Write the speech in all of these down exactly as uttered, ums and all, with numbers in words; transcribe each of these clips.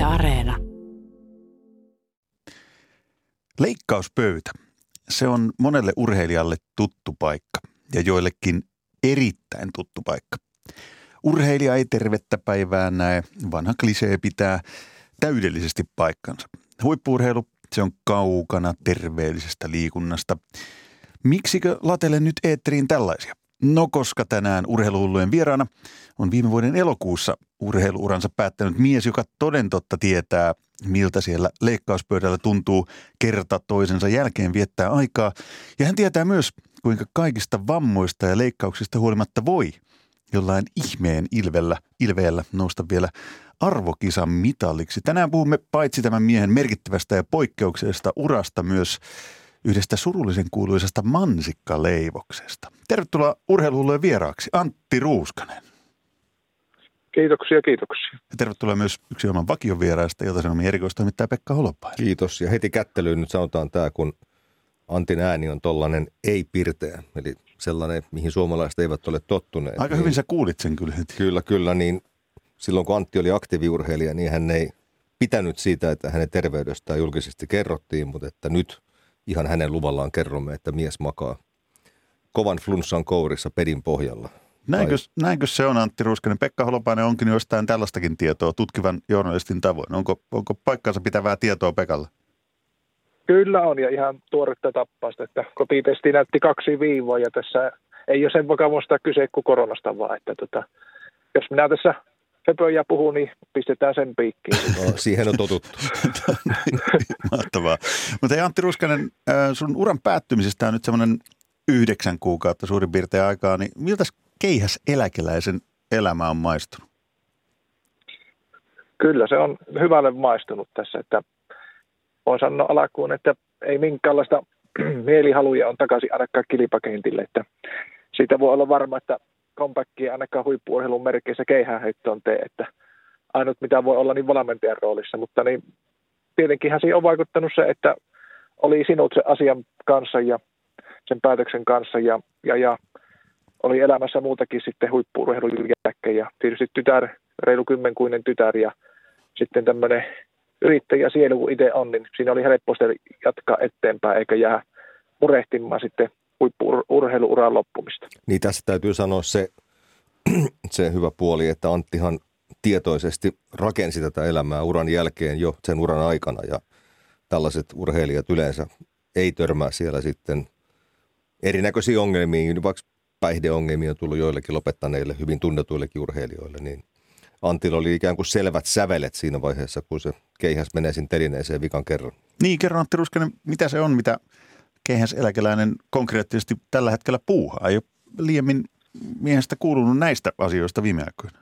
Areena. Leikkauspöytä. Se on monelle urheilijalle tuttu paikka ja joillekin erittäin tuttu paikka. Urheilija ei tervettä päivää näe, vanha klisee pitää täydellisesti paikkansa. Huippu-urheilu, se on kaukana terveellisestä liikunnasta. Miksikö latele nyt eetteriin tällaisia? No koska tänään urheiluhullujen vieraana on viime vuoden elokuussa urheiluuransa päättänyt mies, joka toden totta tietää, miltä siellä leikkauspöydällä tuntuu kerta toisensa jälkeen viettää aikaa. Ja hän tietää myös, kuinka kaikista vammoista ja leikkauksista huolimatta voi jollain ihmeen ilvellä, ilveellä nousta vielä arvokisan mitalliksi. Tänään puhumme paitsi tämän miehen merkittävästä ja poikkeuksellisesta urasta myös yhdestä surullisen kuuluisesta mansikkaleivoksesta. Tervetuloa urheiluhullujen vieraaksi, Antti Ruuskanen. Kiitoksia, kiitoksia. Ja tervetuloa myös yksi ohjelman vakion vieraista, Ilta-Sanomien erikoistoimittaja Pekka Holopainen. Kiitos. Ja heti kättelyyn nyt sanotaan tämä, kun Antin ääni on tollainen ei-pirteä, eli sellainen, mihin suomalaiset eivät ole tottuneet. Aika niin, hyvin sä kuulit sen kyllä heti. Kyllä, kyllä. Niin silloin kun Antti oli aktiiviurheilija, niin hän ei pitänyt siitä, että hänen terveydestään julkisesti kerrottiin, mutta että nyt ihan hänen luvallaan kerromme, että mies makaa kovan flunssan kourissa pedin pohjalla. Näinkö, näinkö se on, Antti Ruuskanen? Pekka Holopainen onkin jostain tällaistakin tietoa tutkivan journalistin tavoin. Onko, onko paikkansa pitävää tietoa Pekalla? Kyllä on, ja ihan tuoretta tappausta, että kotitesti näytti kaksi viivoa, ja tässä ei ole sen vakavasta kyse kuin koronasta vaan, että tota, jos minä tässä höpöjä puhun, niin pistetään sen piikkiin. No, siihen on totuttu. Mahtavaa. Mutta hei Antti Ruuskanen, sun uran päättymisestä on nyt semmoinen yhdeksän kuukautta suurin piirtein aikaa, niin miltä keihäs eläkeläisen elämä on maistunut? Kyllä se on hyvälle maistunut tässä, että voin sanoa alkuun, että ei minkäänlaista mielihaluja on takaisin ainakaan kilpakentille, että siitä voi olla varma, että comebackia ainakaan huippu-urheilun merkeissä keihäänheittoon tee, että ainut mitä voi olla niin valmentajan roolissa, mutta niin tietenkinhän siinä on vaikuttanut se, että oli sinut sen asian kanssa ja sen päätöksen kanssa ja, ja, ja oli elämässä muutakin sitten huippu-urheilun jälkeen ja tietysti tytär, reilu kymmenkuinen tytär ja sitten tämmöinen yrittäjä sielu, kun itse on, niin siinä oli helpposti jatkaa eteenpäin eikä jää murehtimaan sitten huippu-urheiluuran loppumista. Niin tässä täytyy sanoa se, se hyvä puoli, että Anttihan tietoisesti rakensi tätä elämää uran jälkeen jo sen uran aikana ja tällaiset urheilijat yleensä ei törmää siellä sitten erinäköisiin ongelmiin, vaikka päihdeongelmia on tullut joillekin lopettaneille, hyvin tunnetuillekin urheilijoille, niin Antilla oli ikään kuin selvät sävelet siinä vaiheessa, kun se keihäs menee sinne telineeseen vikan kerran. Niin, kerro Antti Ruuskanen, mitä se on, mitä keihäs eläkeläinen konkreettisesti tällä hetkellä puuhaa? Ei ole liiemmin miehestä kuulunut näistä asioista viime aikoina.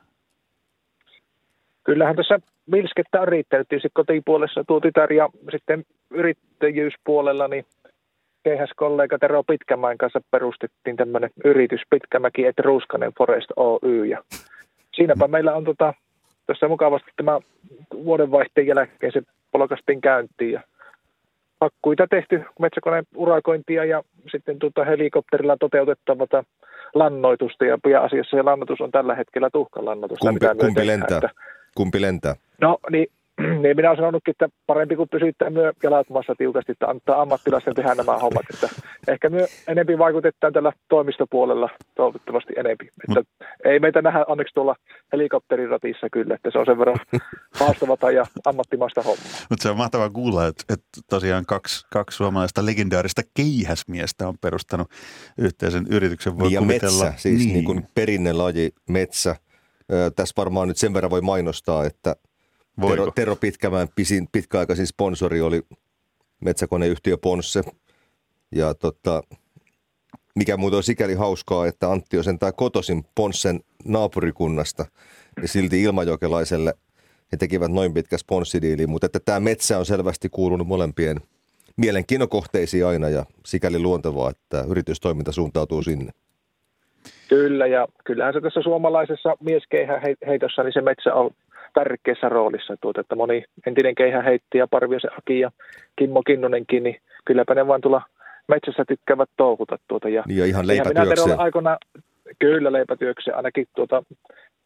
Kyllähän tässä vilskettä on riittänyt tietysti kotipuolessa tuo tytär ja sitten yrittäjyyspuolella, niin keihäskollega Tero Pitkämäen kanssa perustettiin tämmöinen yritys Pitkämäki et Ruuskanen Forest Oy ja siinäpä meillä on tota, tässä mukavasti tämä vuodenvaihteen jälkeen se polkastiin käyntiin ja hakkuita tehty metsäkoneen urakointia ja sitten tuota helikopterilla toteutettavaa lannoitusta ja asiassa se lannoitus on tällä hetkellä tuhkalannoitusta. Kumpi, kumpi lentää? Että, kumpi lentää? No niin, niin minä olen sanonutkin, että parempi kuin pysyttää myö jalat maassa tiukasti, että antaa ammattilaisten tehdä nämä hommat. Että ehkä myö enempi vaikutetaan tällä toimistopuolella toivottavasti enempi. Että ei meitä nähdä onneksi tuolla helikopteriratissa kyllä, että se on sen verran haastavata ja ammattimaista hommaa. Mutta se on mahtavaa kuulla, että, että tosiaan kaksi, kaksi suomalaista legendaarista keihäsmiestä on perustanut yhteisen yrityksen. Voi ja kuvitella. Metsä, siis niin. niin kuin perinnelaji Metsä. Ö, tässä varmaan nyt sen verran voi mainostaa, että Tero, Tero Pitkämäen pisin, pitkäaikaisin sponsori oli metsäkoneyhtiö Ponsse. Ja tota, mikä muuten on sikäli hauskaa, että Antti on sentään kotoisin Ponssen naapurikunnasta. Ja silti ilmajokelaiselle he tekivät noin pitkä sponssidiili. Mutta että tämä metsä on selvästi kuulunut molempien mielenkiinnon kohteisiin aina ja sikäli luontevaa, että yritystoiminta suuntautuu sinne. Kyllä ja kyllähän se tässä suomalaisessa mieskeihäheitossa, niin se metsä on tärkeässä roolissa, tuota, että moni entinen keihäheittäjä, Parviosen Aki ja Kimmo Kinnunenkin, niin kylläpä ne vaan tulla metsässä tykkäävät touhuta tuota. Ja, ja ihan leipätyökseen. Aikana, kyllä leipätyökseen, ainakin tuota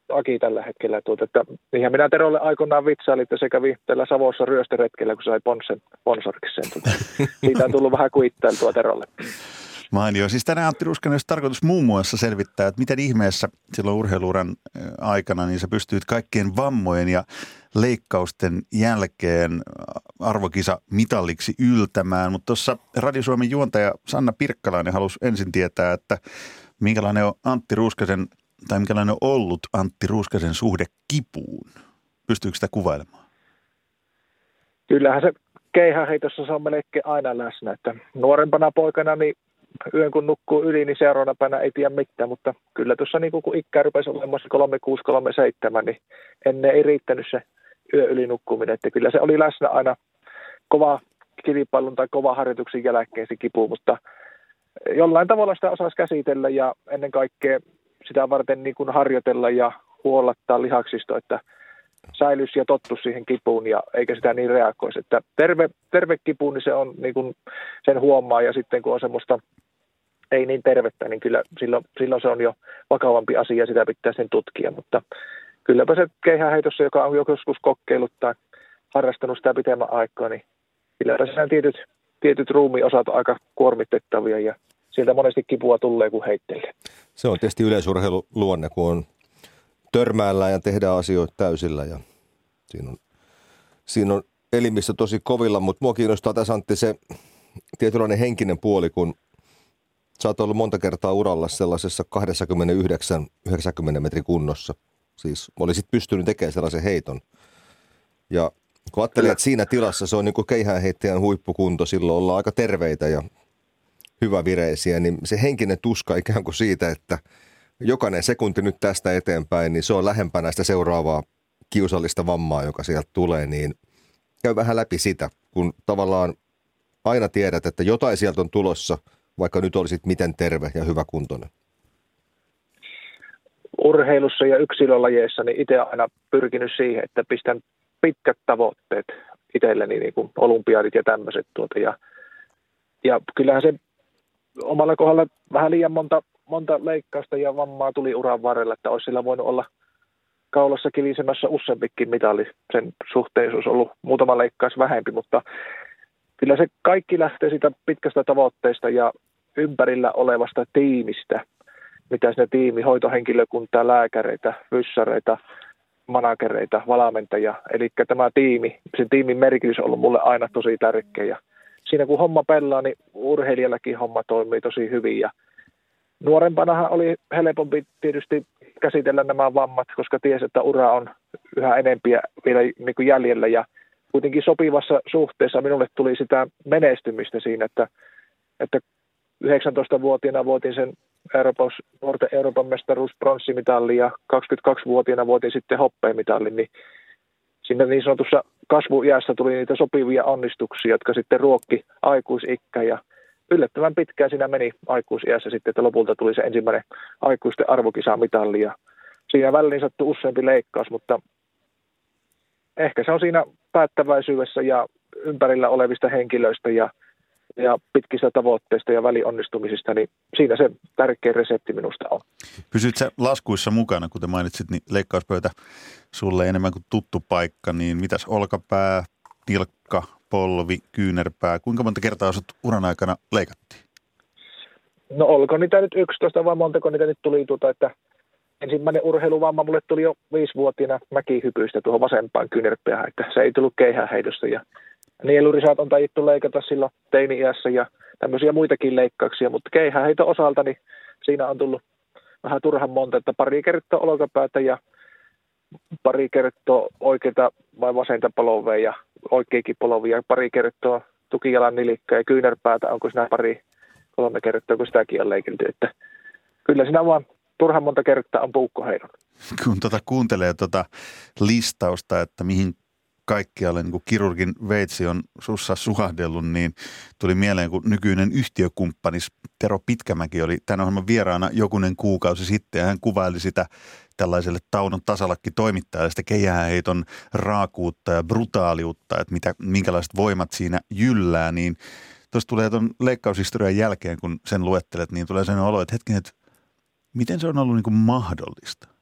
Aki tällä hetkellä. Tuota, että niinhän minä Terolle aikoinaan vitsailin, että se kävi tällä Savossa ryöstöretkellä, kun sai Ponssen sponsoriksi sen. Tuota. Siitä on tullut vähän kuittailtua Terolle. Mainio. Siis tänään Antti Ruuskanen olisi tarkoitus muun muassa selvittää, että miten ihmeessä silloin urheiluuran aikana niin sä pystyit kaikkien vammojen ja leikkausten jälkeen arvokisa mitalliksi yltämään. Mutta tuossa Radio Suomen juontaja Sanna Pirkkalainen halusi ensin tietää, että minkälainen on Antti Ruuskasen, tai minkälainen on ollut Antti Ruuskasen suhde kipuun. Pystyykö sitä kuvailemaan? Kyllähän se keihäheitossa se on melkein aina läsnä. Että nuorempana poikana niin yön kun nukkuu yli, niin seuraavana päivänä ei tiedä mitään, mutta kyllä tuossa niin kun ikää rupesi olemaan kolme kuusi kolme seitsemän, niin ennen ei riittänyt se yö yli nukkuminen. Että kyllä se oli läsnä aina kova kilpailun tai kova harjoituksen jälkeen se kipu, mutta jollain tavalla sitä osasi käsitellä ja ennen kaikkea sitä varten niin kuin harjoitella ja huollattaa lihaksisto, että säilyisi ja tottuisi siihen kipuun ja eikä sitä niin reagoisi. Että terve, terve kipu, niin se on niin kuin sen huomaa ja sitten kun on semmoista ei niin tervettä, niin kyllä silloin, silloin se on jo vakavampi asia ja sitä pitää sen tutkia. Mutta kylläpä se keihäheitossa, joka on joskus kokeillut tai harrastanut sitä pitemmän aikaa, niin kylläpä siinä tietyt, tietyt ruumiosat on aika kuormitettavia ja sieltä monesti kipua tulee, kun heittelee. Se on tietysti yleisurheiluluonne, kun on törmäillään ja tehdään asioita täysillä ja siinä on, siinä on elimistö tosi kovilla, mutta mua kiinnostaa tässä Antti se tietynlainen henkinen puoli, kun sä oot ollut monta kertaa uralla sellaisessa kaksikymmentäyhdeksän yhdeksänkymmentä metrin kunnossa. Siis olisit pystynyt tekemään sellaisen heiton. Ja kun ajattelin, että siinä tilassa se on niin kuin keihäänheittäjän huippukunto, silloin ollaan aika terveitä ja hyvävireisiä, niin se henkinen tuska ikään kuin siitä, että jokainen sekunti nyt tästä eteenpäin, niin se on lähempänä sitä seuraavaa kiusallista vammaa, joka sieltä tulee, niin käy vähän läpi sitä, kun tavallaan aina tiedät, että jotain sieltä on tulossa, vaikka nyt olisit miten terve ja hyväkuntoinen. Urheilussa ja yksilölajeissa niin itse olen aina pyrkinyt siihen, että pistän pitkät tavoitteet itselleni, niin kuin olympiadit ja tämmöiset. Tuota, ja, ja kyllähän se omalla kohdalla vähän liian monta, monta leikkausta ja vammaa tuli uran varrella, että olisi sillä voinut olla kaulassa kilisemässä useampikin mitalli. Sen suhteen olisi ollut muutama leikkaus vähempi, mutta kyllä se kaikki lähtee siitä pitkästä tavoitteesta ja ympärillä olevasta tiimistä, mitä siinä tiimi, hoitohenkilökuntaa, lääkäreitä, fyssareita, managereita, valmentajia. Eli tämä tiimi, sen tiimin merkitys on ollut mulle aina tosi tärkeä. Ja siinä kun homma pelaa, niin urheilijallakin homma toimii tosi hyvin. Ja nuorempanahan oli helpompi tietysti käsitellä nämä vammat, koska tiesi, että ura on yhä enempiä vielä niin kuin jäljellä. Ja kuitenkin sopivassa suhteessa minulle tuli sitä menestymistä siinä, että, että yhdeksäntoistavuotiaana voitin sen Euroopan, nuorten Euroopan mestaruus pronssimitalli ja kaksikymmentäkaksivuotiaana voitin sitten hopeamitalli, niin siinä niin sanotussa kasvuiässä tuli niitä sopivia onnistuksia, jotka sitten ruokki aikuisikkä ja yllättävän pitkään siinä meni aikuisiässä sitten, että lopulta tuli se ensimmäinen aikuisten arvokisamitalli ja siinä väliin sattui useampi leikkaus, mutta ehkä se on siinä päättäväisyydessä ja ympärillä olevista henkilöistä ja ja pitkistä tavoitteista ja välionnistumisista, niin siinä se tärkeä resepti minusta on. Pysyt sä laskuissa mukana, kuten mainitsit, niin leikkauspöytä sulle enemmän kuin tuttu paikka, niin mitäs olkapää, tilkka, polvi, kyynärpää, kuinka monta kertaa sut uran aikana leikattiin? No olko niitä nyt yksitoista vai montako niitä nyt tuli tuota, että ensimmäinen urheiluvamma mulle tuli jo viisivuotiaana mäkihypyistä tuohon vasempaan kyynärpäähän, että se ei tullut keihäänheidosta ja nielurisat on tajittu leikata silloin teini-iässä ja tämmöisiä muitakin leikkauksia, mutta keihäänheiton osalta niin siinä on tullut vähän turhan monta, että pari kertaa olkapäätä ja pari kertaa oikeita vai vasenta polvea ja oikeakin polvia ja pari kertaa tukijalan nilikkaa ja kyynärpäätä, onko siinä pari kolme kertaa, kun sitäkin on leikilty, että kyllä siinä vaan turhan monta kertaa on puukkoheidon. Kun tota kuuntelee tota listausta, että mihin kaikkialle niin kuin kirurgin veitsi on sussa suhahdellut, niin tuli mieleen, kun nykyinen yhtiökumppanis Tero Pitkämäki oli tämän ohjelman vieraana jokunen kuukausi sitten, ja hän kuvaili sitä tällaiselle Taunon Tasalakki toimittajalle, sitä keihäänheiton raakuutta ja brutaaliutta, että mitä, minkälaiset voimat siinä jyllää, niin tuossa tulee tuon leikkaushistorian jälkeen, kun sen luettelet, niin tulee sen olo, että hetken, että miten se on ollut niin kuin mahdollista,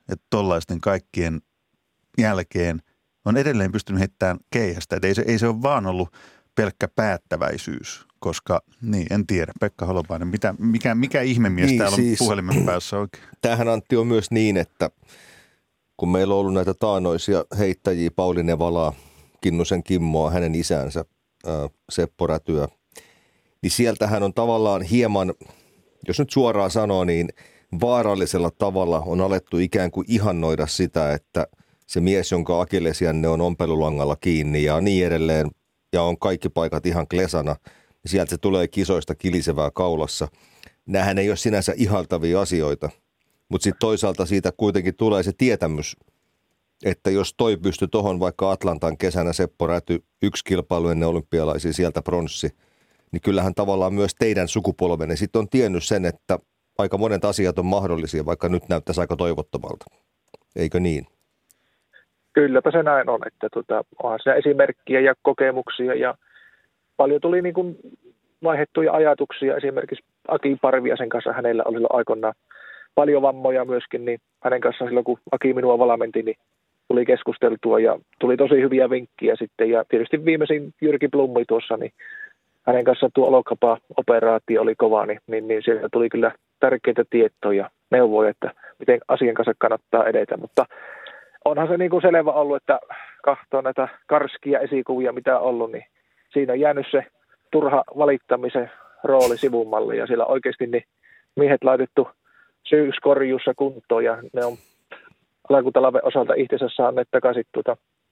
että tollaisten kaikkien jälkeen on edelleen pystynyt heittämään keihästä. Että ei se, ei se ole vaan ollut pelkkä päättäväisyys, koska niin, en tiedä. Pekka Holopainen, mitä, mikä, mikä ihmemies niin, täällä siis, on puhelimen päässä oikein? Tämähän Antti on myös niin, että kun meillä on ollut näitä taanoisia heittäjiä, Pauli Nevalaa, Kinnusen Kimmoa, hänen isänsä ää, Seppo Rätyä, niin sieltähän on tavallaan hieman, jos nyt suoraan sanoo, niin vaarallisella tavalla on alettu ikään kuin ihannoida sitä, että se mies, jonka akillesjänne on ompelulangalla kiinni ja niin edelleen, ja on kaikki paikat ihan klesana, niin sieltä se tulee kisoista kilisevää kaulassa. Nämähän ei ole sinänsä ihaltavia asioita, mutta sitten toisaalta siitä kuitenkin tulee se tietämys, että jos toi pystyi tuohon vaikka Atlantan kesänä Seppo Räty, yksi kilpailu ennen olympialaisia, sieltä pronssi, niin kyllähän tavallaan myös teidän sukupolvenne sitten on tiennyt sen, että aika monet asiat on mahdollisia, vaikka nyt näyttäisi aika toivottomalta. Eikö niin? Kylläpä se näin on, että tota, onhan siinä esimerkkiä ja kokemuksia ja paljon tuli niin kuin vaihdettuja ajatuksia. Esimerkiksi Aki Parviaisen kanssa hänellä oli aikoinaan paljon vammoja myöskin, niin hänen kanssaan silloin kun Aki minua valmenti, niin tuli keskusteltua ja tuli tosi hyviä vinkkiä sitten. Ja tietysti viimeisin Jyrki Blummi tuossa, niin hänen kanssaan tuo olokapa-operaatio oli kova, niin, niin, niin sieltä tuli kyllä tärkeitä tietoja ja neuvoja, että miten asian kanssa kannattaa edetä. Mutta onhan se niin kuin selvä ollut, että kahtoo näitä karskia esikuvia, mitä on ollut, niin siinä on jäänyt se turha valittamisen rooli sivummalle. Ja siellä oikeasti niin miehet laitettu syyskorjuussa kuntoon ja ne on alkutalven osalta itsensä saaneet takaisin tuota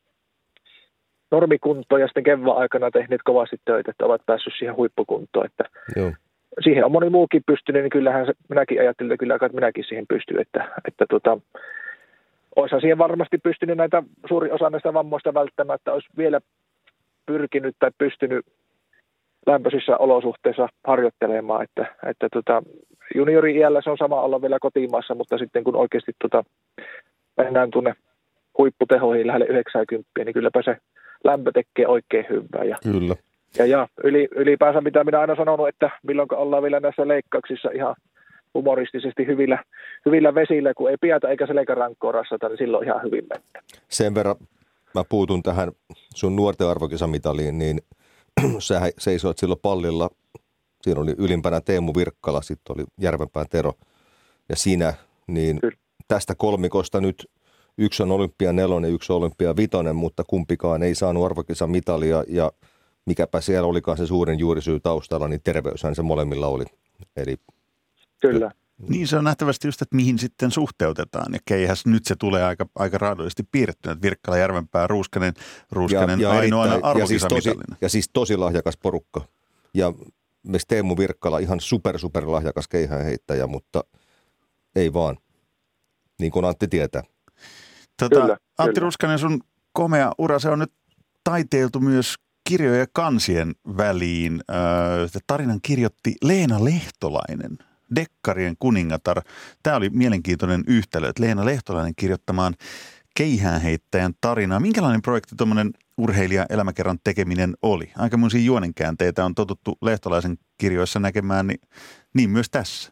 normikuntoon ja sitten kevään aikana tehneet kovasti töitä, että ovat päässyt siihen huippukuntoon. Että Joo. Siihen on moni muukin pystynyt, niin kyllähän se, minäkin ajattelin, että kyllä että minäkin siihen pystyn, että, että tota, olisihan siihen varmasti pystynyt näitä suuri osa näistä vammoista välttämättä, olisi vielä pyrkinyt tai pystynyt lämpöisissä olosuhteissa harjoittelemaan, että, että tota, juniori-iällä se on sama olla vielä kotimaassa, mutta sitten kun oikeasti tota, mennään tuonne huipputehoihin lähelle yhdeksänkymmentä, niin kylläpä se lämpö tekee oikein hyvää. Ja, Kyllä. ja, ja yli, ylipäänsä mitä minä aina sanonut, että milloin ollaan vielä näissä leikkauksissa ihan humoristisesti hyvillä, hyvillä vesillä, kun ei piätä eikä selkärankkoa rassata, niin silloin ihan hyvin mennä. Sen verran mä puutun tähän sun nuorten arvokisamitaliin, niin sä seisoit silloin pallilla. Siinä oli ylimpänä Teemu Virkkala, sitten oli Järvenpään Tero ja sinä. Niin Kyllä. Tästä kolmikosta nyt yksi on olympia nelonen, yksi on olympia vitonen, mutta kumpikaan ei saanut arvokisamitalia ja mikäpä siellä olikaan se suurin juurisyy taustalla, niin terveyshän se molemmilla oli. Eli Kyllä. Niin se on nähtävästi just, että mihin sitten suhteutetaan. Ja keihäs nyt se tulee aika, aika raadollisesti piirrettynyt. Virkkala, Järvenpää, Ruuskanen, Ruuskanen ja, ja ainoana arvokisamitalina. Ja, siis ja siis tosi lahjakas porukka. Ja myös Teemu Virkkala ihan super, super lahjakas keihäänheittäjä, mutta ei vaan. Niin kuin Antti tietää. Tota, kyllä, Antti kyllä. Ruuskanen, sun komea ura, se on nyt taiteiltu myös kirjojen ja kansien väliin. Öö, tarinan kirjoitti Leena Lehtolainen, dekkarien kuningatar. Tämä oli mielenkiintoinen yhtälö, että Leena Lehtolainen kirjoittamaan keihäänheittäjän tarinaa. Minkälainen projekti tuommoinen urheilija elämäkerran tekeminen oli? Aikamoisia juonenkäänteitä on totuttu Lehtolaisen kirjoissa näkemään, niin, niin myös tässä.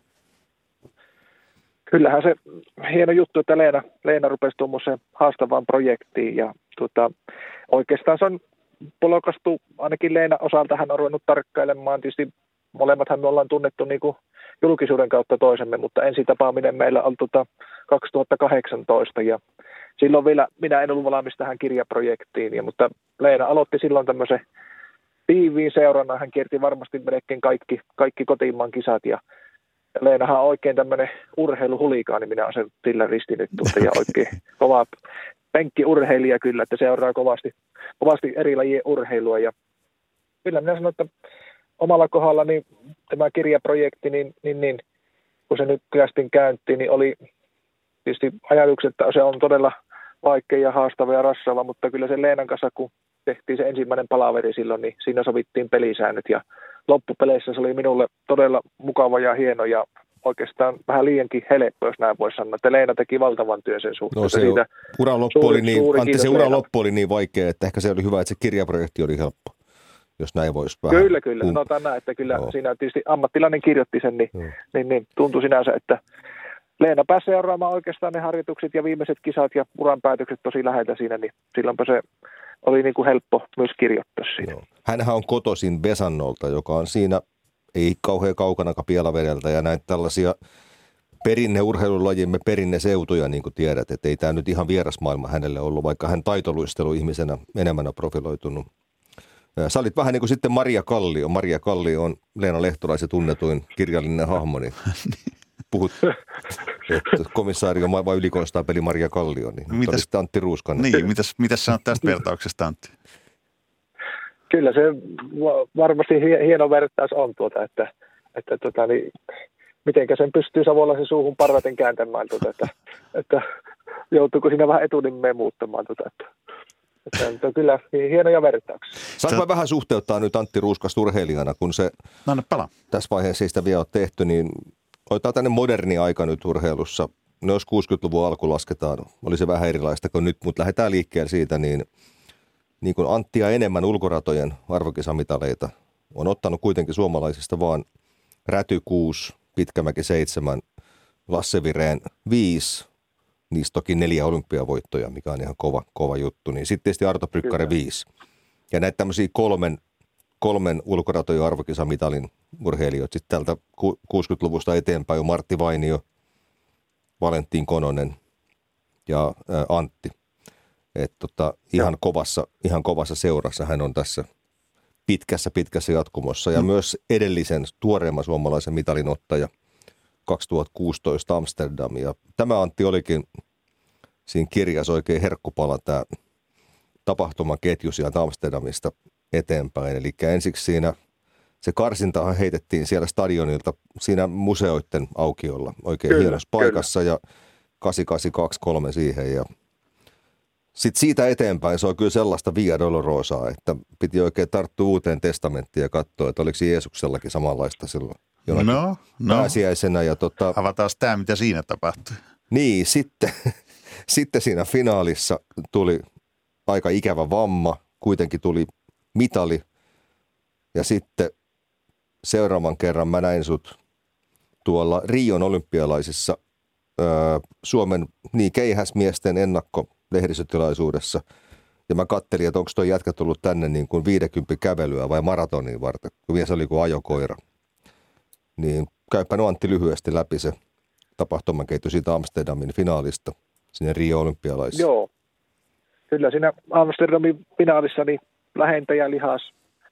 Kyllähän se hieno juttu, että Leena, Leena rupesi tuommoiseen haastavaan projektiin ja tuota, oikeastaan se on polokastu, ainakin Leena osalta hän on ruvennut tarkkailemaan. Tietysti molemmathan me ollaan tunnettu niin kuin julkisuuden kautta toisemme, mutta ensitapaaminen meillä on tuota kaksituhattakahdeksantoista ja silloin vielä minä en ollut valmis tähän kirjaprojektiin, ja, mutta Leena aloitti silloin tämmöisen tiiviin seurannan. Hän kierti varmasti melkein kaikki, kaikki kotimaan kisat ja Leenahan on oikein tämmöinen urheiluhulikaani, minä olen sen sillä ristinyt tuolta ja oikein kova penkkiurheilija kyllä, että seuraa kovasti, kovasti eri lajien urheilua ja kyllä minä sanon, että omalla kohdalla niin tämä kirjaprojekti, niin, niin, niin kun se nyt kästin käyntiin, niin oli tietysti ajatukset, että se on todella vaikea ja haastava ja rassaava, mutta kyllä sen Leenan kanssa, kun tehtiin se ensimmäinen palaveri silloin, niin siinä sovittiin pelisäännöt ja loppupeleissä se oli minulle todella mukava ja hieno ja oikeastaan vähän liiankin helppo, jos näin voisi sanoa, että Leena teki valtavan työn sen suhteen. No se siitä ura loppu suuri, oli niin, Antti, se ura Leena. loppu oli niin vaikea, että ehkä se oli hyvä, että se kirjaprojekti oli helppo, jos näin voisi vähän. Kyllä, kyllä. Sanotaan näin, että kyllä no. Siinä tietysti ammattilainen kirjoitti sen, niin, no. niin, niin tuntui sinänsä, että Leena pääsi seuraamaan oikeastaan ne harjoitukset ja viimeiset kisat ja uran päätökset tosi läheltä siinä, niin silloinpa se oli niin kuin helppo myös kirjoittaa siinä. Joo. Hänhän on kotoisin Vesannolta, joka on siinä ei kauhean kaukana Pielavedeltä ja näitä tällaisia perinneurheilulajimme perinneseutuja, niin kuin tiedät, että ei tämä nyt ihan vieras maailma hänelle ollut, vaikka hän taitoluisteluihmisenä enemmän on profiloitunut. Sä olit vähän niin kuin sitten Maria Kallio. Maria Kallio on Leena Lehtolaisen tunnetuin kirjallinen hahmo, niin puhut, että komisaari on vai ylikonstaapeli Maria Kallio, niin mitäs, oli Antti Ruuskanen. Niin, mitäs, mitäs sanot tästä vertauksesta, Antti? Kyllä se varmasti hieno vertaus on tuota, että, että tota, niin, mitenkä sen pystyy savolaisen suuhun parhaiten kääntämään, tuota, että, että joutuuko siinä vähän etunimeä muuttamaan. Tuota, että, että on kyllä hienoja vertauksia. Saanko mä vähän suhteuttaa nyt Antti Ruuskasta urheilijana, kun se no, no, tässä vaiheessa ei sitä vielä ole tehty, niin otetaan tänne moderni aika nyt urheilussa. No jos kuusikymmentäluvun alku lasketaan, oli se vähän erilaista kuin nyt, mutta lähdetään liikkeelle siitä, niin niin kuin Anttia enemmän ulkoratojen arvokisamitaleita on ottanut kuitenkin suomalaisista vaan Räty kuusi, Pitkämäki seitsemän, Lasse Vireen viisi, niistä toki neljä olympiavoittoja, mikä on ihan kova, kova juttu. Niin sitten tietysti Arto Prykkare viisi. Ja näitä tämmöisiä kolmen, kolmen ulkoratojen arvokisamitalin urheilijoita sitten tältä kuusikymmentäluvusta eteenpäin on Martti Vainio, Valentin Kononen ja ä, Antti. Että tota, ihan, kovassa, ihan kovassa seurassa hän on tässä pitkässä, pitkässä jatkumossa. Ja mm. myös edellisen tuoreemman suomalaisen mitalin ottaja kaksituhattakuusitoista Amsterdam. Ja tämä Antti olikin siinä kirjassa oikein herkkupala tämä tapahtumaketju sieltä Amsterdamista eteenpäin. Eli ensiksi siinä se karsintahan heitettiin siellä stadionilta siinä museoiden aukiolla oikein kyllä, hienossa paikassa kyllä. Ja kahdeksansataakahdeksankymmentäkaksi kolme siihen ja sitten siitä eteenpäin se on kyllä sellaista Via Dolorosaa, että piti oikein tarttua uuteen testamenttiin ja katsoa, että oliko Jeesuksellakin samanlaista silloin jonakin no, no. pääsiäisenä. Ja tota, avataan tämä, mitä siinä tapahtui. Niin, sitten, sitten siinä finaalissa tuli aika ikävä vamma, kuitenkin tuli mitali ja sitten seuraavan kerran mä näin sut tuolla Rion olympialaisissa öö, Suomen niin keihäsmiesten ennakko lehdistötilaisuudessa. Ja mä kattelin, että onko toi jätkä tullut tänne niin kuin viisikymmentä kävelyä vai maratoniin varten, kun vielä se oli kuin ajokoira. Niin käypä no Antti lyhyesti läpi se tapahtumaketju siitä Amsterdamin finaalista sinne Rio-olympialaisiin. Joo, kyllä siinä Amsterdamin finaalissa niin lähentäjä lihas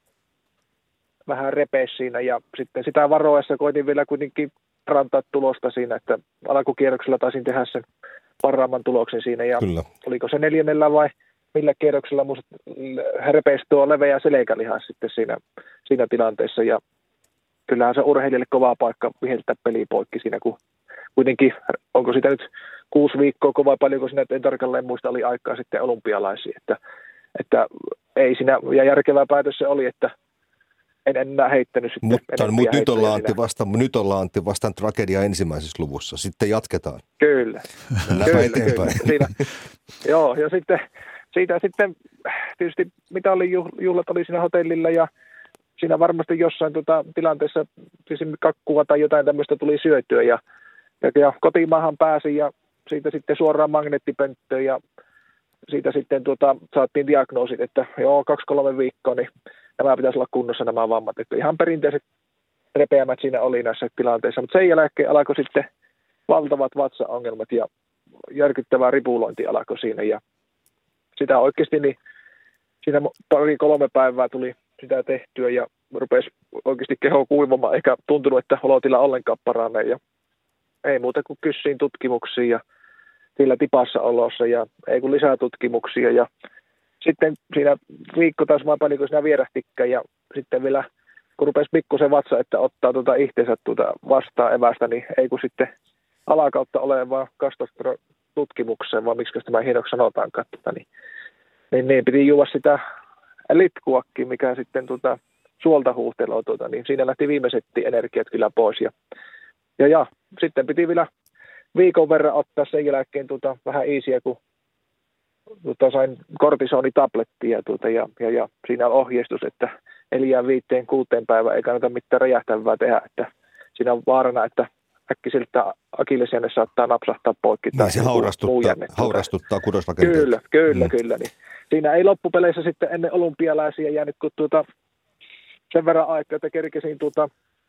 vähän repeä siinä ja sitten sitä varoessa koitin vielä kuitenkin parantaa tulosta siinä, että alkukierroksella taisin tehdä sen parhaamman tuloksen siinä ja kyllä. Oliko se neljännellä vai millä kierroksella musta repeisi tuo leveä selkälihas sitten siinä, siinä tilanteessa ja kyllähän se urheilijalle kova paikka viheltää peli poikki siinä, kun kuitenkin onko sitä nyt kuusi viikkoa kovaa paljonko siinä, en tarkalleen muista, oli aikaa sitten olympialaisiin, että, että ei siinä, ja järkevä päätös se oli, että en enää heittänyt sitten. Mutta, mutta nyt, ollaan Antti vasta, nyt ollaan Antti vastaan tragedia ensimmäisessä luvussa. Sitten jatketaan. Kyllä. Kyllä, eteenpäin. Kyllä. Siinä, joo, ja sitten siitä sitten tietysti mitä oli juhlat oli siinä hotellilla ja siinä varmasti jossain tuota, tilanteessa kakkua tai jotain tämmöistä tuli syötyä ja, ja, ja kotimaahan pääsi ja siitä sitten suoraan magneettipönttöön ja siitä sitten tuota, saatiin diagnoosit, että joo, kaksi kolme viikkoa, niin nämä pitäisi olla kunnossa nämä vammat. Että ihan perinteiset repeämät siinä oli näissä tilanteissa, mutta sen jälkeen alkoi sitten valtavat vatsaongelmat ja järkyttävää ripulointi alkoi siinä. Ja sitä oikeasti, niin siinä pari kolme päivää tuli sitä tehtyä ja rupesi oikeasti keho kuivamaan, eikä tuntunut, että olotila ollenkaan paranee. Ja ei muuta kuin kyssiin tutkimuksiin ja sillä tipassa olossa ja ei kun lisää tutkimuksia ja sitten siinä viikko taas vaan paljon, kun siinä vierähtikään ja sitten vielä, kun rupesi pikkusen vatsa, että ottaa tuota itsensä tuota vastaan evästä, niin ei kun sitten alakautta olevaan kastostutkimukseen, vaan miksi tämä hienoksi sanotaankaan, tuota, niin, niin, niin piti juoda sitä litkuakin, mikä sitten tuota, suolta huuhtelua, tuota, niin siinä lähti viimeiset energiat kyllä pois ja, ja, ja sitten piti vielä viikon verran ottaa sen jälkeen tuota, vähän easyä, kun tuota, sain kortisonitablettia tuota, ja, ja, ja siinä on ohjeistus, että neljään viiteen kuuteen päivään ei kannata mitään räjähtävää tehdä, että siinä on vaarana, että äkkiseltä akillesjänne saattaa napsahtaa poikki. Niin se haurastuttaa, haurastuttaa kudosrakenteita. Kyllä, kyllä, mm. kyllä. Niin. Siinä ei loppupeleissä sitten ennen olympialaisia jäänyt kuin tuota, sen verran aikaa, että kerkesin tuota,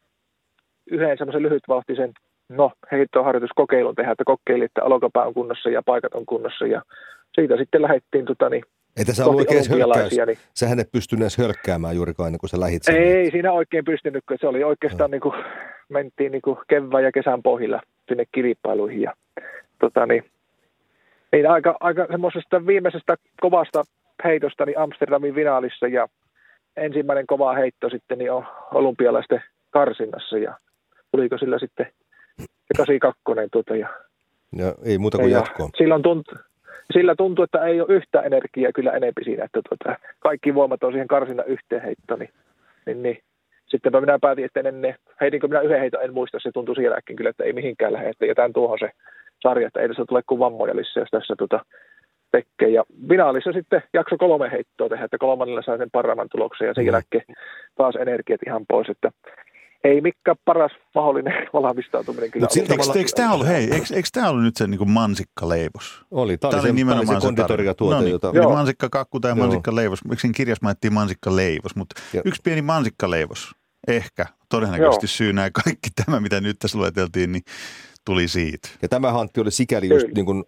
yhden semmoisen lyhytvauhtisen no, heittoharjoituskokeilun tehdä, että kokeilin, että olkapää on kunnossa ja paikat on kunnossa. Ja siitä sitten lähdettiin tota, niin, Että sä ollut oikein hölkkäys. Niin... Sähän et pystynyt edes hölkkäämään juurikaan ennen kuin sä lähit sen. Ei siinä oikein pystynyt, se oli oikeastaan no. niin kuin, mentiin niin kuin kevään ja kesän pohjilla sinne kilpailuihin. Ja, tota, niin, niin aika, aika semmoisesta viimeisestä kovasta heitosta niin Amsterdamin finaalissa ja ensimmäinen kova heitto sitten niin on olympialaisten karsinnassa ja tuliko sillä sitten se kahdeksankymmentäkaksi tuota ja, ja ei muuta kuin jatkoa. Silloin tuntui, sillä tuntuu, että ei ole yhtä energiaa kyllä enempi siinä, että tuota, kaikki voimat on siihen karsinnan yhteenheittoon, niin, niin, niin. Sittenpä minä päätin, että ennen, heitinkö minä yhden heiton, en muista, se tuntui sielläkin kyllä, että ei mihinkään lähde, että jätän tuohon se sarja, että ei tässä tule kuin vammoja lisää, jos tässä tuota, tekee. Ja finaalissa sitten jakso kolme heittoa tehdä, että kolmannella sai sen paremman tuloksen ja sen jälkeen taas energiat ihan pois, että ei mikään paras mahdollinen valmistautuminen kyllä. Mutta eikö, eikö tämä ollut, hei, eikö, eikö tämä ollut nyt se niin mansikkaleivos? Oli, tämä oli, oli nimenomaan se konditoriatuote. No niin, jota... mansikkakakku tai mansikkaleivos. Miksi siinä kirjassa mainittiin mansikkaleivos, mutta yksi pieni mansikkaleivos, ehkä, todennäköisesti Joo. syynä kaikki tämä, mitä nyt tässä lueteltiin, niin tuli siitä. Ja tämä Antti oli sikäli just niin kuin,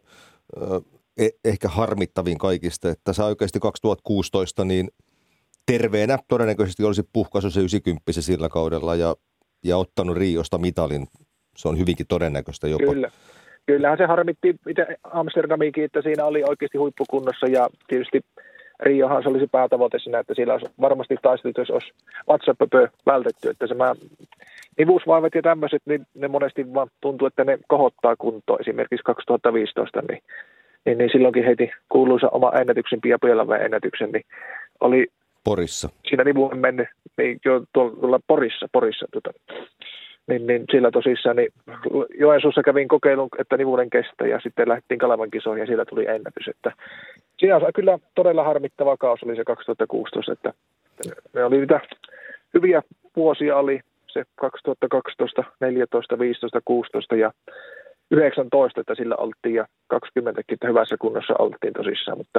eh, ehkä harmittavin kaikista, että sä oikeasti kaksituhattakuusitoista niin terveenä todennäköisesti olisi puhkaisu se yhdeksänkymmentä sillä kaudella ja, ja ottanut Riosta mitalin. Se on hyvinkin todennäköistä jopa. Kyllä. Kyllähän se harmitti itse Amsterdamiinkin, että siinä oli oikeasti huippukunnossa ja tietysti Riohan se oli se päätavoite siinä, että siellä olisi varmasti taisteltu, jos olisi WhatsApp-pöpö vältetty. Että se mä, nivuusvaivat ja tämmöiset, niin ne monesti vaan tuntuu, että ne kohottaa kuntoon. Esimerkiksi kaksituhattaviisitoista, niin, niin, niin silloinkin heti kuuluisa oma ennätyksen, Pia Pielaveen ennätyksen, niin oli Porissa. Siinä nivuun mennyt, niin jo tuolla Porissa, Porissa tota, niin, niin sillä tosissaan, niin Joensuussa kävin kokeilun, että nivuuden kestää ja sitten lähdettiin Kalevan kisoihin ja siellä tuli ennätys. Että siinä on kyllä todella harmittava kausi oli se kaksituhattakuusitoista, että me oli niitä hyviä vuosia oli se kaksituhattakaksitoista, neljätoista, viisitoista, kuusitoista ja yhdeksäntoista, että sillä oltiin ja kaksikymmentäkin, että hyvässä kunnossa oltiin tosissaan, mutta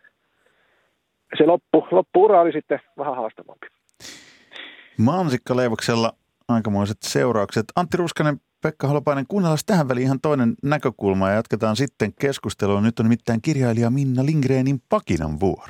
se loppu, loppu-ura oli sitten vähän haastavampi. Mansikkaleivoksella aikamoiset seuraukset. Antti Ruskanen, Pekka Holopainen, kuunnellaan tähän väliin ihan toinen näkökulma ja jatketaan sitten keskustelua. Nyt on nimittäin kirjailija Minna Lindgrenin Pakinan vuoro.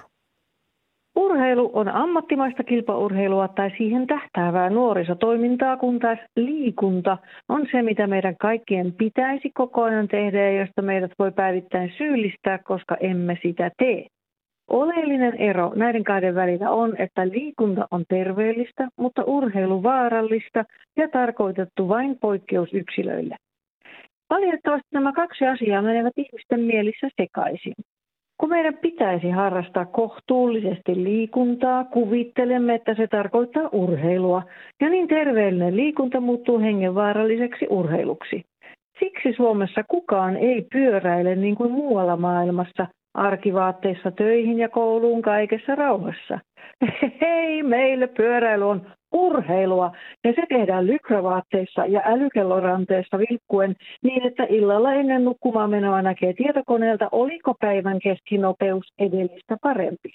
Urheilu on ammattimaista kilpaurheilua tai siihen tähtäävää nuorisotoimintaa, kun taas liikunta on se, mitä meidän kaikkien pitäisi koko ajan tehdä ja josta meidät voi päivittäin syyllistää, koska emme sitä tee. Oleellinen ero näiden kahden välillä on, että liikunta on terveellistä, mutta urheilu vaarallista ja tarkoitettu vain poikkeusyksilöille. Valitettavasti nämä kaksi asiaa menevät ihmisten mielissä sekaisin. Kun meidän pitäisi harrastaa kohtuullisesti liikuntaa, kuvittelemme, että se tarkoittaa urheilua, ja niin terveellinen liikunta muuttuu hengenvaaralliseksi urheiluksi. Siksi Suomessa kukaan ei pyöräile niin kuin muualla maailmassa, arkivaatteissa töihin ja kouluun kaikessa rauhassa. Hei, meille pyöräily on urheilua ja se tehdään lykravaatteissa ja älykelloranteessa vilkkuen niin, että illalla ennen nukkumaan menoa näkee tietokoneelta, oliko päivän keskinopeus edellistä parempi.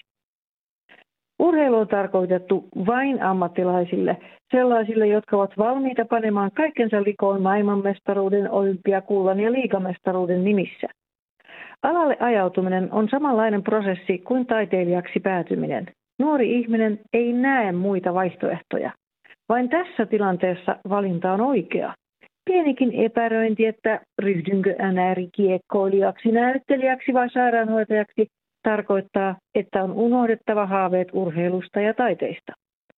Urheilu on tarkoitettu vain ammattilaisille, sellaisille, jotka ovat valmiita panemaan kaikkensa likoon maailmanmestaruuden, olympiakullan ja liigamestaruuden nimissä. Alalle ajautuminen on samanlainen prosessi kuin taiteilijaksi päätyminen. Nuori ihminen ei näe muita vaihtoehtoja. Vain tässä tilanteessa valinta on oikea. Pienikin epäröinti, että ryhdynkö äärikiekkoilijaksi, näyttelijäksi vai sairaanhoitajaksi, tarkoittaa, että on unohdettava haaveet urheilusta ja taiteista.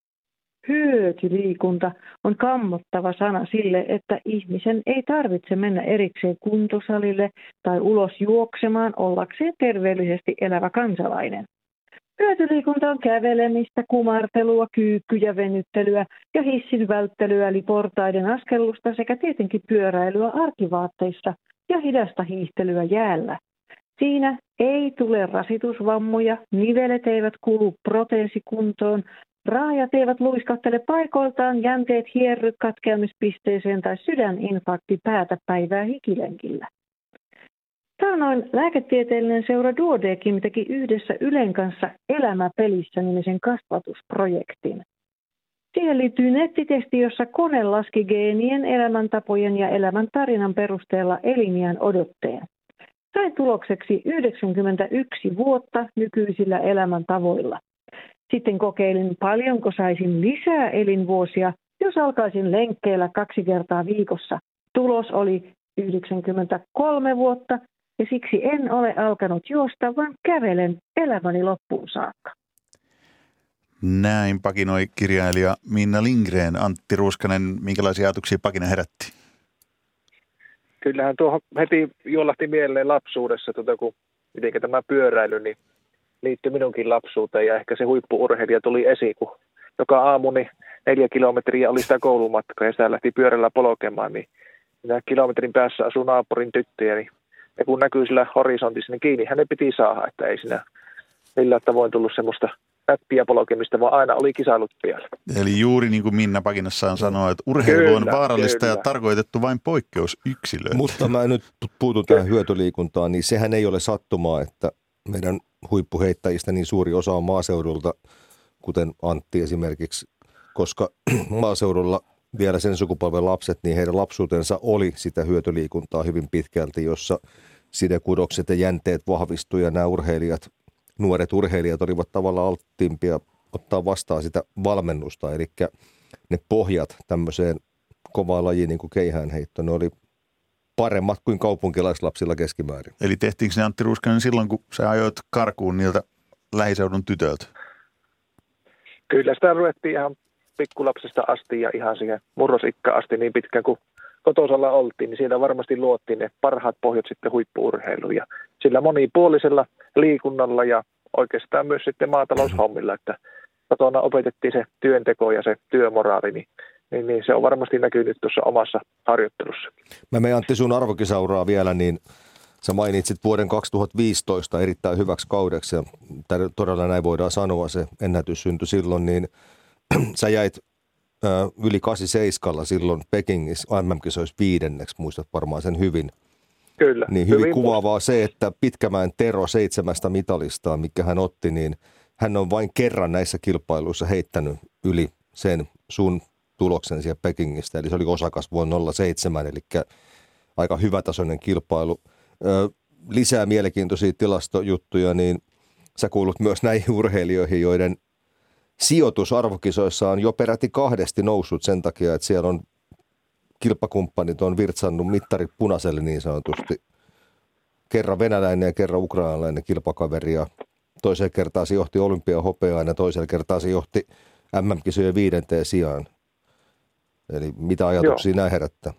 Hyötyliikunta on kammottava sana sille, että ihmisen ei tarvitse mennä erikseen kuntosalille tai ulos juoksemaan ollakseen terveellisesti elävä kansalainen. Hyötyliikunta on kävelemistä, kumartelua, kyykkyjä, venyttelyä ja hissin välttelyä eli portaiden askellusta sekä tietenkin pyöräilyä arkivaatteissa ja hidasta hiihtelyä jäällä. Siinä ei tule rasitusvammoja, nivelet eivät kulu proteesikuntoon, Raajat eivät luiskahtele paikoiltaan, jänteet hierry katkeamispisteeseen tai sydäninfarkti päätä päivää hikilenkillä. Taanoin lääketieteellinen seura Duodecim teki yhdessä Ylen kanssa Elämä pelissä -nimisen kasvatusprojektin. Siihen liittyy nettitesti, jossa kone laski geenien, elämäntapojen ja elämän tarinan perusteella eliniän odotteen. Sain tulokseksi yhdeksänkymmentäyksi vuotta nykyisillä elämäntavoilla. Sitten kokeilin, paljonko saisin lisää elinvuosia, jos alkaisin lenkkeillä kaksi kertaa viikossa. Tulos oli yhdeksänkymmentäkolme vuotta ja siksi en ole alkanut juosta, vaan kävelen elämäni loppuun saakka. Näin pakinoi kirjailija Minna Lindgren. Antti Ruuskanen, minkälaisia ajatuksia pakina herätti? Kyllähän tuohon heti juolahti mieleen lapsuudessa, tuota, kun miten tämä pyöräily niin liittyi minunkin lapsuuteen ja ehkä se huippu-urheilija tuli esiin, kun joka aamu niin neljä kilometriä oli sitä koulumatkaa ja sitä lähti pyörällä polkemaan, niin kilometrin päässä asui naapurin tyttöjä, niin ja kun näkyy sillä horisontissa, niin kiinni hänen piti saada, että ei siinä millään tavoin tullut semmoista näppiä polkemista, vaan aina oli kisailut vielä. Eli juuri niin kuin Minna pakinassaan sanoo, että urheilu kyllä, on vaarallista kyllä. ja tarkoitettu vain poikkeusyksilöille. Mutta mä nyt puutun tähän hyötyliikuntaan, niin sehän ei ole sattumaa, että meidän huippuheittäjistä niin suuri osa on maaseudulta, kuten Antti esimerkiksi, koska maaseudulla vielä sen sukupolven lapset, niin heidän lapsuutensa oli sitä hyötyliikuntaa hyvin pitkälti, jossa sidekudokset ja jänteet vahvistui ja nämä urheilijat, nuoret urheilijat olivat tavallaan alttiimpia ottaa vastaan sitä valmennusta, eli ne pohjat tämmöiseen kovaan lajiin niin kuin keihäänheitto, ne oli paremmat kuin kaupunkilaislapsilla keskimäärin. Eli tehtiinkö ne, Antti Ruuskanen, silloin, kun sä ajoit karkuun niiltä lähiseudun tytöltä? Kyllä sitä ruvettiin ihan pikkulapsesta asti ja ihan siihen murrosikkaan asti niin pitkään kuin kotosalla oltiin, niin siellä varmasti luotiin ne parhaat pohjat sitten huippu-urheiluun ja sillä monipuolisella liikunnalla ja oikeastaan myös sitten maataloushommilla, että kotona opetettiin se työnteko ja se työmoraali, niin, niin, niin se on varmasti näkynyt tuossa omassa harjoittelussa. Mä menen Antti sun arvokisauraa vielä, niin sä mainitsit vuoden kaksituhattaviisitoista erittäin hyväksi kaudeksi ja todella näin voidaan sanoa, se ennätys syntyi silloin, niin sä jäit ö, yli kahdeksankymmentäseitsemän silloin Pekingissä M M-kisoissa viidenneksi, muistat varmaan sen hyvin. Kyllä. Niin hyvin, hyvin kuvaavaa se, että Pitkämäen Tero seitsemästä mitalistaan, mikä hän otti, niin hän on vain kerran näissä kilpailuissa heittänyt yli sen sun tuloksen siellä Pekingistä. Eli se oli osakas vuonna nolla seitsemän, eli aika hyvätasoinen kilpailu. Ö, lisää mielenkiintoisia tilastojuttuja, niin sä kuulut myös näihin urheilijoihin, joiden sijoitus arvokisoissa on jo peräti kahdesti noussut sen takia, että siellä on kilpakumppanit on virtsannut mittarit punaiselle niin sanotusti. Kerran venäläinen ja kerran ukrainalainen kilpakaveri ja toiseen kertaan se johti olympiahopeaan ja toisella kertaa se johti M M-kisojen viidenteen sijaan. Eli mitä ajatuksia Joo. nämä herättää?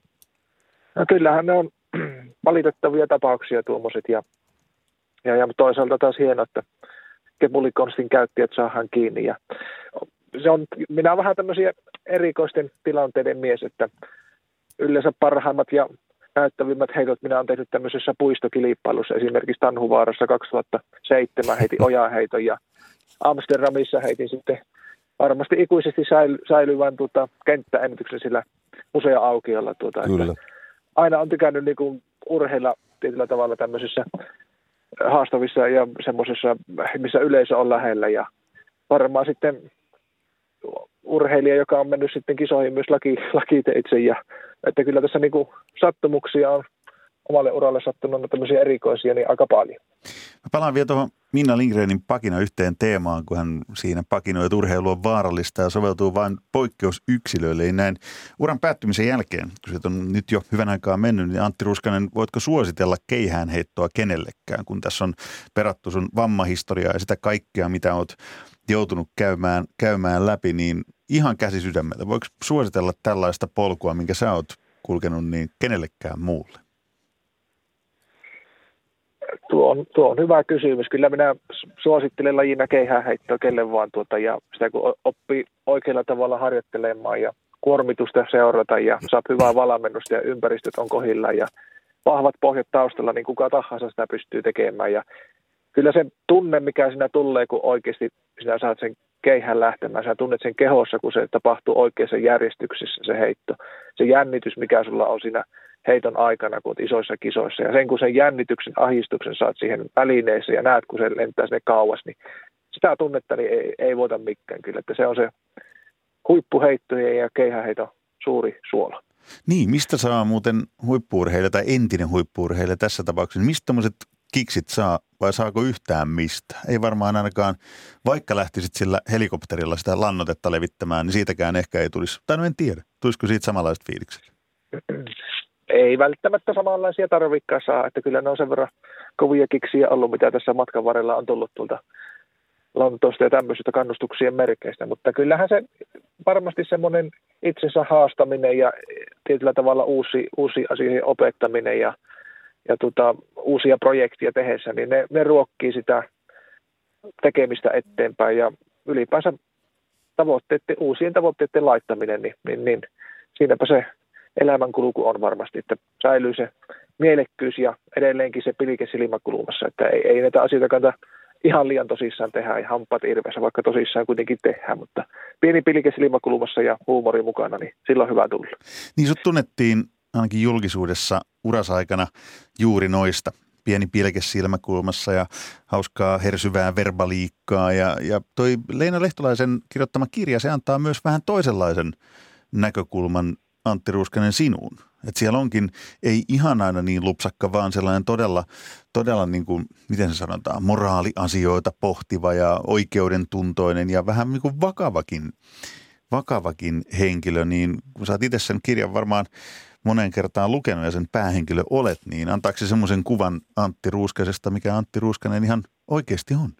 No kyllähän ne on valitettavia tapauksia tuommoiset ja, ja, ja toisaalta taas hienoa, että kepulikonstin käyttäjät saadaan kiinni. Ja se on, minä olen vähän tämmöisiä erikoisten tilanteiden mies, että yleensä parhaimmat ja näyttävimmät heitot minä olen tehnyt tämmöisessä puistokilpailussa. Esimerkiksi Tanhuvaarassa kaksituhattaseitsemän heitin ojaheiton ja Amsterdamissa heitin sitten varmasti ikuisesti säily, säilyvän tuota, kenttäennätyksen sillä museoaukiolla. Tuota, että aina on tykännyt niin kuin urheilla tietyllä tavalla tämmöisissä haastavissa ja semmoisessa, missä yleisö on lähellä ja varmaan sitten urheilija, joka on mennyt sitten kisoihin myös laki, lakiteitse ja että kyllä tässä niin kuin sattumuksia on omalle uralle sattunut tämmöisiä erikoisia niin aika paljon. Mä palaan vielä tuohon Minna Lindgrenin pakina yhteen teemaan, kun hän siinä pakinoi, että urheilu on vaarallista ja soveltuu vain poikkeusyksilöille. Eli näin uran päättymisen jälkeen, kun se on nyt jo hyvän aikaa mennyt, niin Antti Ruuskanen, voitko suositella keihäänheittoa kenellekään, kun tässä on perattu sun vammahistoriaa ja sitä kaikkea, mitä oot joutunut käymään, käymään läpi, niin ihan käsi sydämeltä. Voiko suositella tällaista polkua, minkä sä oot kulkenut, niin kenellekään muulle? Tuo on, tuo on hyvä kysymys. Kyllä minä suosittelen lajina keihäänheittoa kelle vaan tuota, ja sitä kun oppii oikealla tavalla harjoittelemaan ja kuormitusta seurata ja saa hyvää valmennusta ja ympäristöt on kohdillaan ja vahvat pohjat taustalla, niin kuka tahansa sitä pystyy tekemään. Ja kyllä se tunne, mikä sinä tulee, kun oikeasti sinä saat sen keihään lähtemään. Sä tunnet sen kehossa, kun se tapahtuu oikeassa järjestyksessä se heitto. Se jännitys, mikä sulla on siinä heiton aikana, kun olet isoissa kisoissa. Ja sen, kun sen jännityksen, ahdistuksen saat siihen välineeseen ja näet, kun se lentää sinne kauas, niin sitä tunnetta niin ei, ei voita mikään kyllä. Että se on se huippuheittojen ja keihäänheiton suuri suola. Niin, mistä saa muuten huippu-urheilija tai entinen huippu-urheilija tässä tapauksessa, mistä tämmöiset kiksit saa vai saako yhtään mistä? Ei varmaan ainakaan, vaikka lähtisit sillä helikopterilla sitä lannotetta levittämään, niin siitäkään ehkä ei tulisi, tai no en tiedä, tulisiko siitä samanlaiset fiilikset? Ei välttämättä samanlaisia tarvikkaa saa, että kyllä ne on sen verran kovia kiksiä ollut, mitä tässä matkan varrella on tullut tuolta Lontoosta ja tämmöisistä kannustuksien merkeistä, mutta kyllähän se varmasti semmoinen itsensä haastaminen ja tietyllä tavalla uusi, uusi asioihin opettaminen ja, ja tota, uusia projekteja tehdessä, niin ne, ne ruokkii sitä tekemistä eteenpäin ja ylipäänsä tavoitteiden, uusien tavoitteiden laittaminen, niin, niin, niin siinäpä se elämänkulku on varmasti, että säilyy se mielekkyys ja edelleenkin se pilke silmäkulmassa, että ei, ei näitä asioita kannata ihan liian tosissaan tehdään ja hampaat irvessä, vaikka tosissaan kuitenkin tehdään, mutta pieni pilke silmäkulmassa ja huumori mukana, niin silloin on hyvä tulla. Niin sut tunnettiin ainakin julkisuudessa urasaikana juuri noista. Pieni pilke silmäkulmassa ja hauskaa hersyvää verbaliikkaa ja, ja toi Leena Lehtolaisen kirjoittama kirja, se antaa myös vähän toisenlaisen näkökulman Antti Ruuskanen sinuun. Että siellä onkin, ei ihan aina niin lupsakka, vaan sellainen todella, todella niin kuin, miten se sanotaan, moraaliasioita pohtiva ja oikeudentuntoinen ja vähän niin kuin vakavakin, vakavakin henkilö. Niin kun sä oot itse sen kirjan varmaan monen kertaan lukenut ja sen päähenkilö olet, niin antaako se semmoisen kuvan Antti Ruuskasesta, mikä Antti Ruuskanen ihan oikeasti on?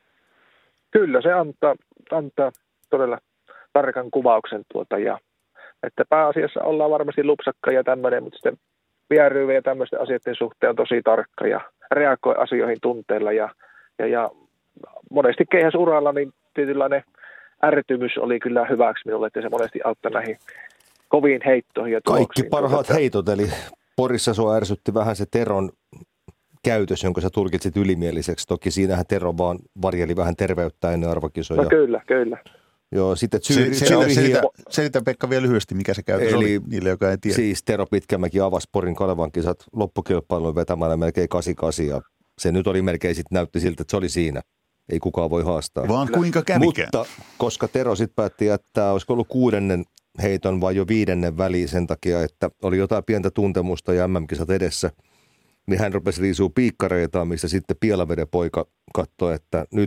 Kyllä, se antaa, antaa todella tarkan kuvauksen tuota ja että pääasiassa ollaan varmasti lupsakka ja tämmöinen, mutta sitten vieryyviä ja tämmöisten asioiden suhteen on tosi tarkka ja reagoi asioihin tunteella. Ja, ja, ja monesti keihäsuralla niin tietynlainen ärtymys oli kyllä hyväksi minulle, että se monesti auttaa näihin koviin heittoihin ja tuloksiin. Kaikki parhaat tuota, heitot, eli Porissa sua ärsytti vähän se Teron käytös, jonka sä tulkitsit ylimieliseksi. Toki siinähän Tero vaan varjeli vähän terveyttä ennen arvokisoja. No kyllä, kyllä. Joo, sitten Syyri, se, selitä, selitä, selitä Pekka vielä lyhyesti, mikä se käytös oli niille, joka ei tiedä. Siis Tero Pitkämäki avasi Porin Kalevan kisat loppukilpailuun vetämällä melkein kahdeksankymmentäkahdeksan ja se nyt oli melkein, sitten näytti siltä, että se oli siinä. Ei kukaan voi haastaa. Vaan kuinka kävikään. Mutta koska Tero sitten päätti jättää, olisiko ollut kuudennen heiton vai jo viidennen väliin sen takia, että oli jotain pientä tuntemusta ja M M-kisat edessä, niin hän rupesi riisua piikkareitaan, missä sitten Pielaveden poika katsoi, että nyt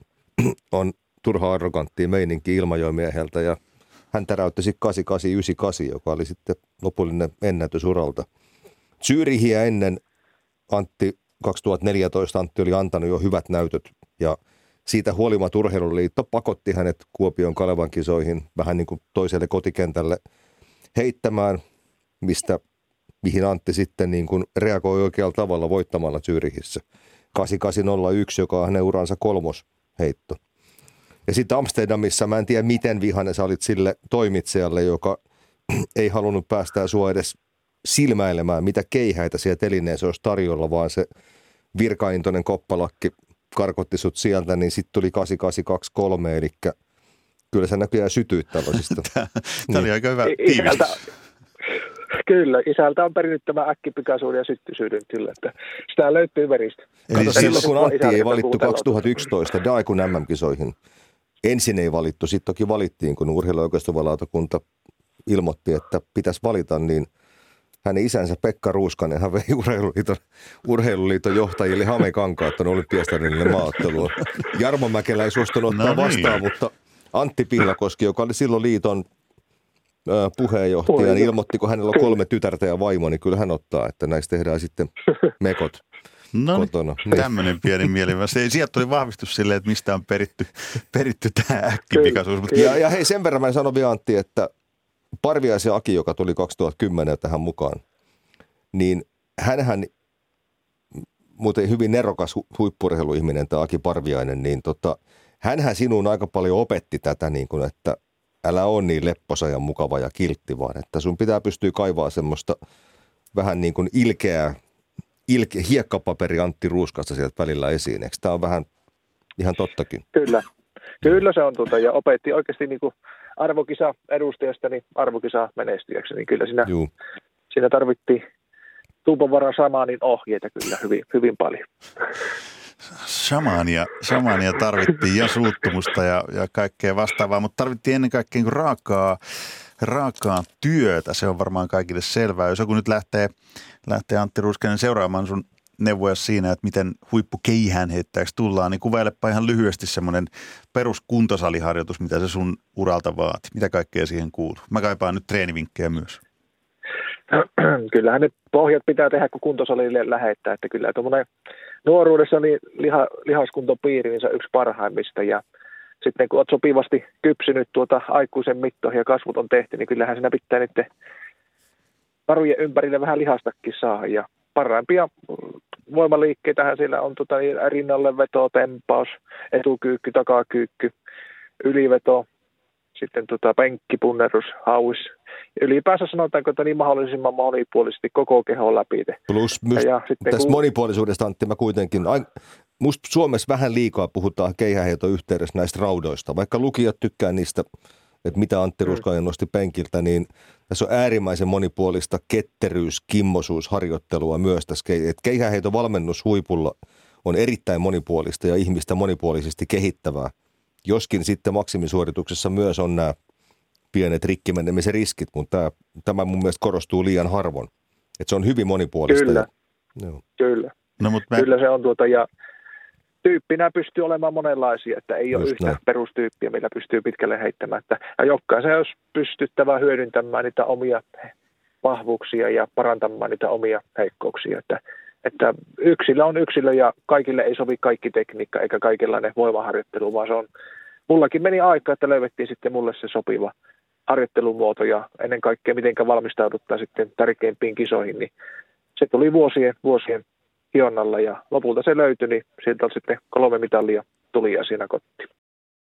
on turha arroganttia meininki Ilmajoen-mieheltä ja hän täräytti sitten kahdeksankymmentäkahdeksan yhdeksänkymmentäkahdeksan, joka oli sitten lopullinen ennätys uralta. Zürichiä ennen Antti kaksituhattaneljätoista Antti oli antanut jo hyvät näytöt ja siitä huolimatta Urheiluliitto pakotti hänet Kuopion Kalevan kisoihin vähän niin kuin toiselle kotikentälle heittämään, mistä, mihin Antti sitten niin kuin reagoi oikealla tavalla voittamalla Zürichissä. kahdeksankymmentäkahdeksan nolla yksi, joka on hänen uransa kolmos heitto. Ja sitten Amsterdamissa, mä en tiedä miten vihainen sä olit sille toimitsijalle, joka ei halunnut päästää sua edes silmäilemään, mitä keihäitä siellä telineessä olisi tarjolla, vaan se virkaintoinen koppalakki karkotti sut sieltä, niin sitten tuli kahdeksankymmentäkahdeksan kaksikymmentäkolme, eli kyllä sä näköjään sytyit tällaisista. Tämä niin. Oli aika hyvä tiivistys. Kyllä, isältä on perinnyt tämä äkkipikaisuuden ja syttysyyden kyllä, että sitä löytyy veristä. Kato, silloin kun Antti ei valittu kaksituhattayksitoista Daikun M M-kisoihin, ensin ei valittu, sitten toki valittiin, kun urheiluoikeustovalautakunta ilmoitti, että pitäisi valita, niin hänen isänsä Pekka Ruuskanen, hän vei urheiluliiton, urheiluliiton johtajille Hamekankaat tuonne Olympiastadionille maaotteluun. Jarmo Mäkelä ei suostunut ottaa no niin. vastaan, mutta Antti Pihlakoski, joka oli silloin liiton ö, puheenjohtaja, niin ilmoitti, kun hänellä on kolme tytärtä ja vaimo, niin kyllä hän ottaa, että näistä tehdään sitten mekot. No kotona. Niin, tämmöinen pieni mielivä. Sieltä tuli vahvistus silleen, että mistä on peritty, peritty tämä äkkipikaisuus. Mutta... Ja, ja hei, sen verran mä sanon vielä Antti, että Parviaisen Aki, joka tuli kaksituhattakymmenen tähän mukaan, niin hänhän, muuten hyvin nerokas hu- huippurheiluihminen tämä Aki Parviainen, niin tota, hänhän sinuun aika paljon opetti tätä, niin kuin, että älä ole niin lepposa ja mukava ja kiltti, vaan että sun pitää pystyä kaivaa semmoista vähän niin kuin ilkeää, ilke, hiekkapaperi Antti Ruuskasta sieltä välillä esiin. Eikö tämä on vähän ihan tottakin? Kyllä. Kyllä se on tuota, ja opetti oikeasti niin kuin arvokisa edustajasta, niin arvokisa menestyjäksi, niin kyllä siinä, siinä tarvittiin Tuuponvaran samaanin ohjeita kyllä hyvin, hyvin paljon. Shamaania, shamaania tarvittiin ja suuttumusta ja, ja kaikkea vastaavaa, mutta tarvittiin ennen kaikkea niin raakaa, raakaa työtä. Se on varmaan kaikille selvää. Jos joku nyt lähtee, lähtee Antti Ruuskanen seuraamaan sun neuvoja siinä, että miten huippukeihäänheittäjäksi tullaan, niin kuvailepa ihan lyhyesti semmoinen peruskuntosaliharjoitus, mitä se sun uralta vaati. Mitä kaikkea siihen kuuluu? Mä kaipaan nyt treenivinkkejä myös. Kyllähän ne pohjat pitää tehdä, kun kuntosalille lähettää, että kyllä tuommoinen nuoruudessa niin liha, lihaskuntopiiri, niin se on yksi parhaimmista ja sitten kun olet sopivasti kypsynyt tuota aikuisen mittoihin ja kasvut on tehty, niin kyllähän siinä pitää niiden varujen ympärille vähän lihastakin saada ja parhaimpia voimaliikkeitähän siellä on tuota, niin rinnalle veto, tempaus, etukyykky, takakyykky, yliveto, sitten tota penkkipunnerus, hauis. Ylipäänsä sanotaanko, että niin mahdollisimman monipuolisesti koko keho läpi. Plus myös ja tästä kun monipuolisuudesta, Antti, mä kuitenkin, musta Suomessa vähän liikaa puhutaan keihäänheiton yhteydessä näistä raudoista. Vaikka lukijat tykkää niistä, että mitä Antti Ruuskanen nosti penkiltä, niin tässä on äärimmäisen monipuolista ketteryys, kimmosuus, harjoittelua myös tässä. Keihäänheiton valmennus huipulla on erittäin monipuolista ja ihmistä monipuolisesti kehittävää. Joskin sitten maksimisuorituksessa myös on nämä pienet rikkimenemisen riskit, mutta tämä, tämä mun mielestä korostuu liian harvoin. Että se on hyvin monipuolista. Kyllä, ja, joo. kyllä. No, mutta mä... Kyllä se on tuota, ja tyyppinä pystyy olemaan monenlaisia, että ei ole yhtä näin perustyyppiä, millä pystyy pitkälle heittämään. Ja jokaisen olisi pystyttävä hyödyntämään niitä omia vahvuuksia ja parantamaan niitä omia heikkouksia. Että, että yksilö on yksilö ja kaikille ei sovi kaikki tekniikka eikä kaikenlainen voimaharjoittelu, vaan se on, mullakin meni aika, että löydettiin sitten mulle se sopiva harjoittelumuoto ja ennen kaikkea mitenkä valmistauduttaa sitten tärkeimpiin kisoihin, niin se tuli vuosien, vuosien hionnalla ja lopulta se löytyi, niin sieltä sitten kolme mitalia tuli ja siinä kotiin.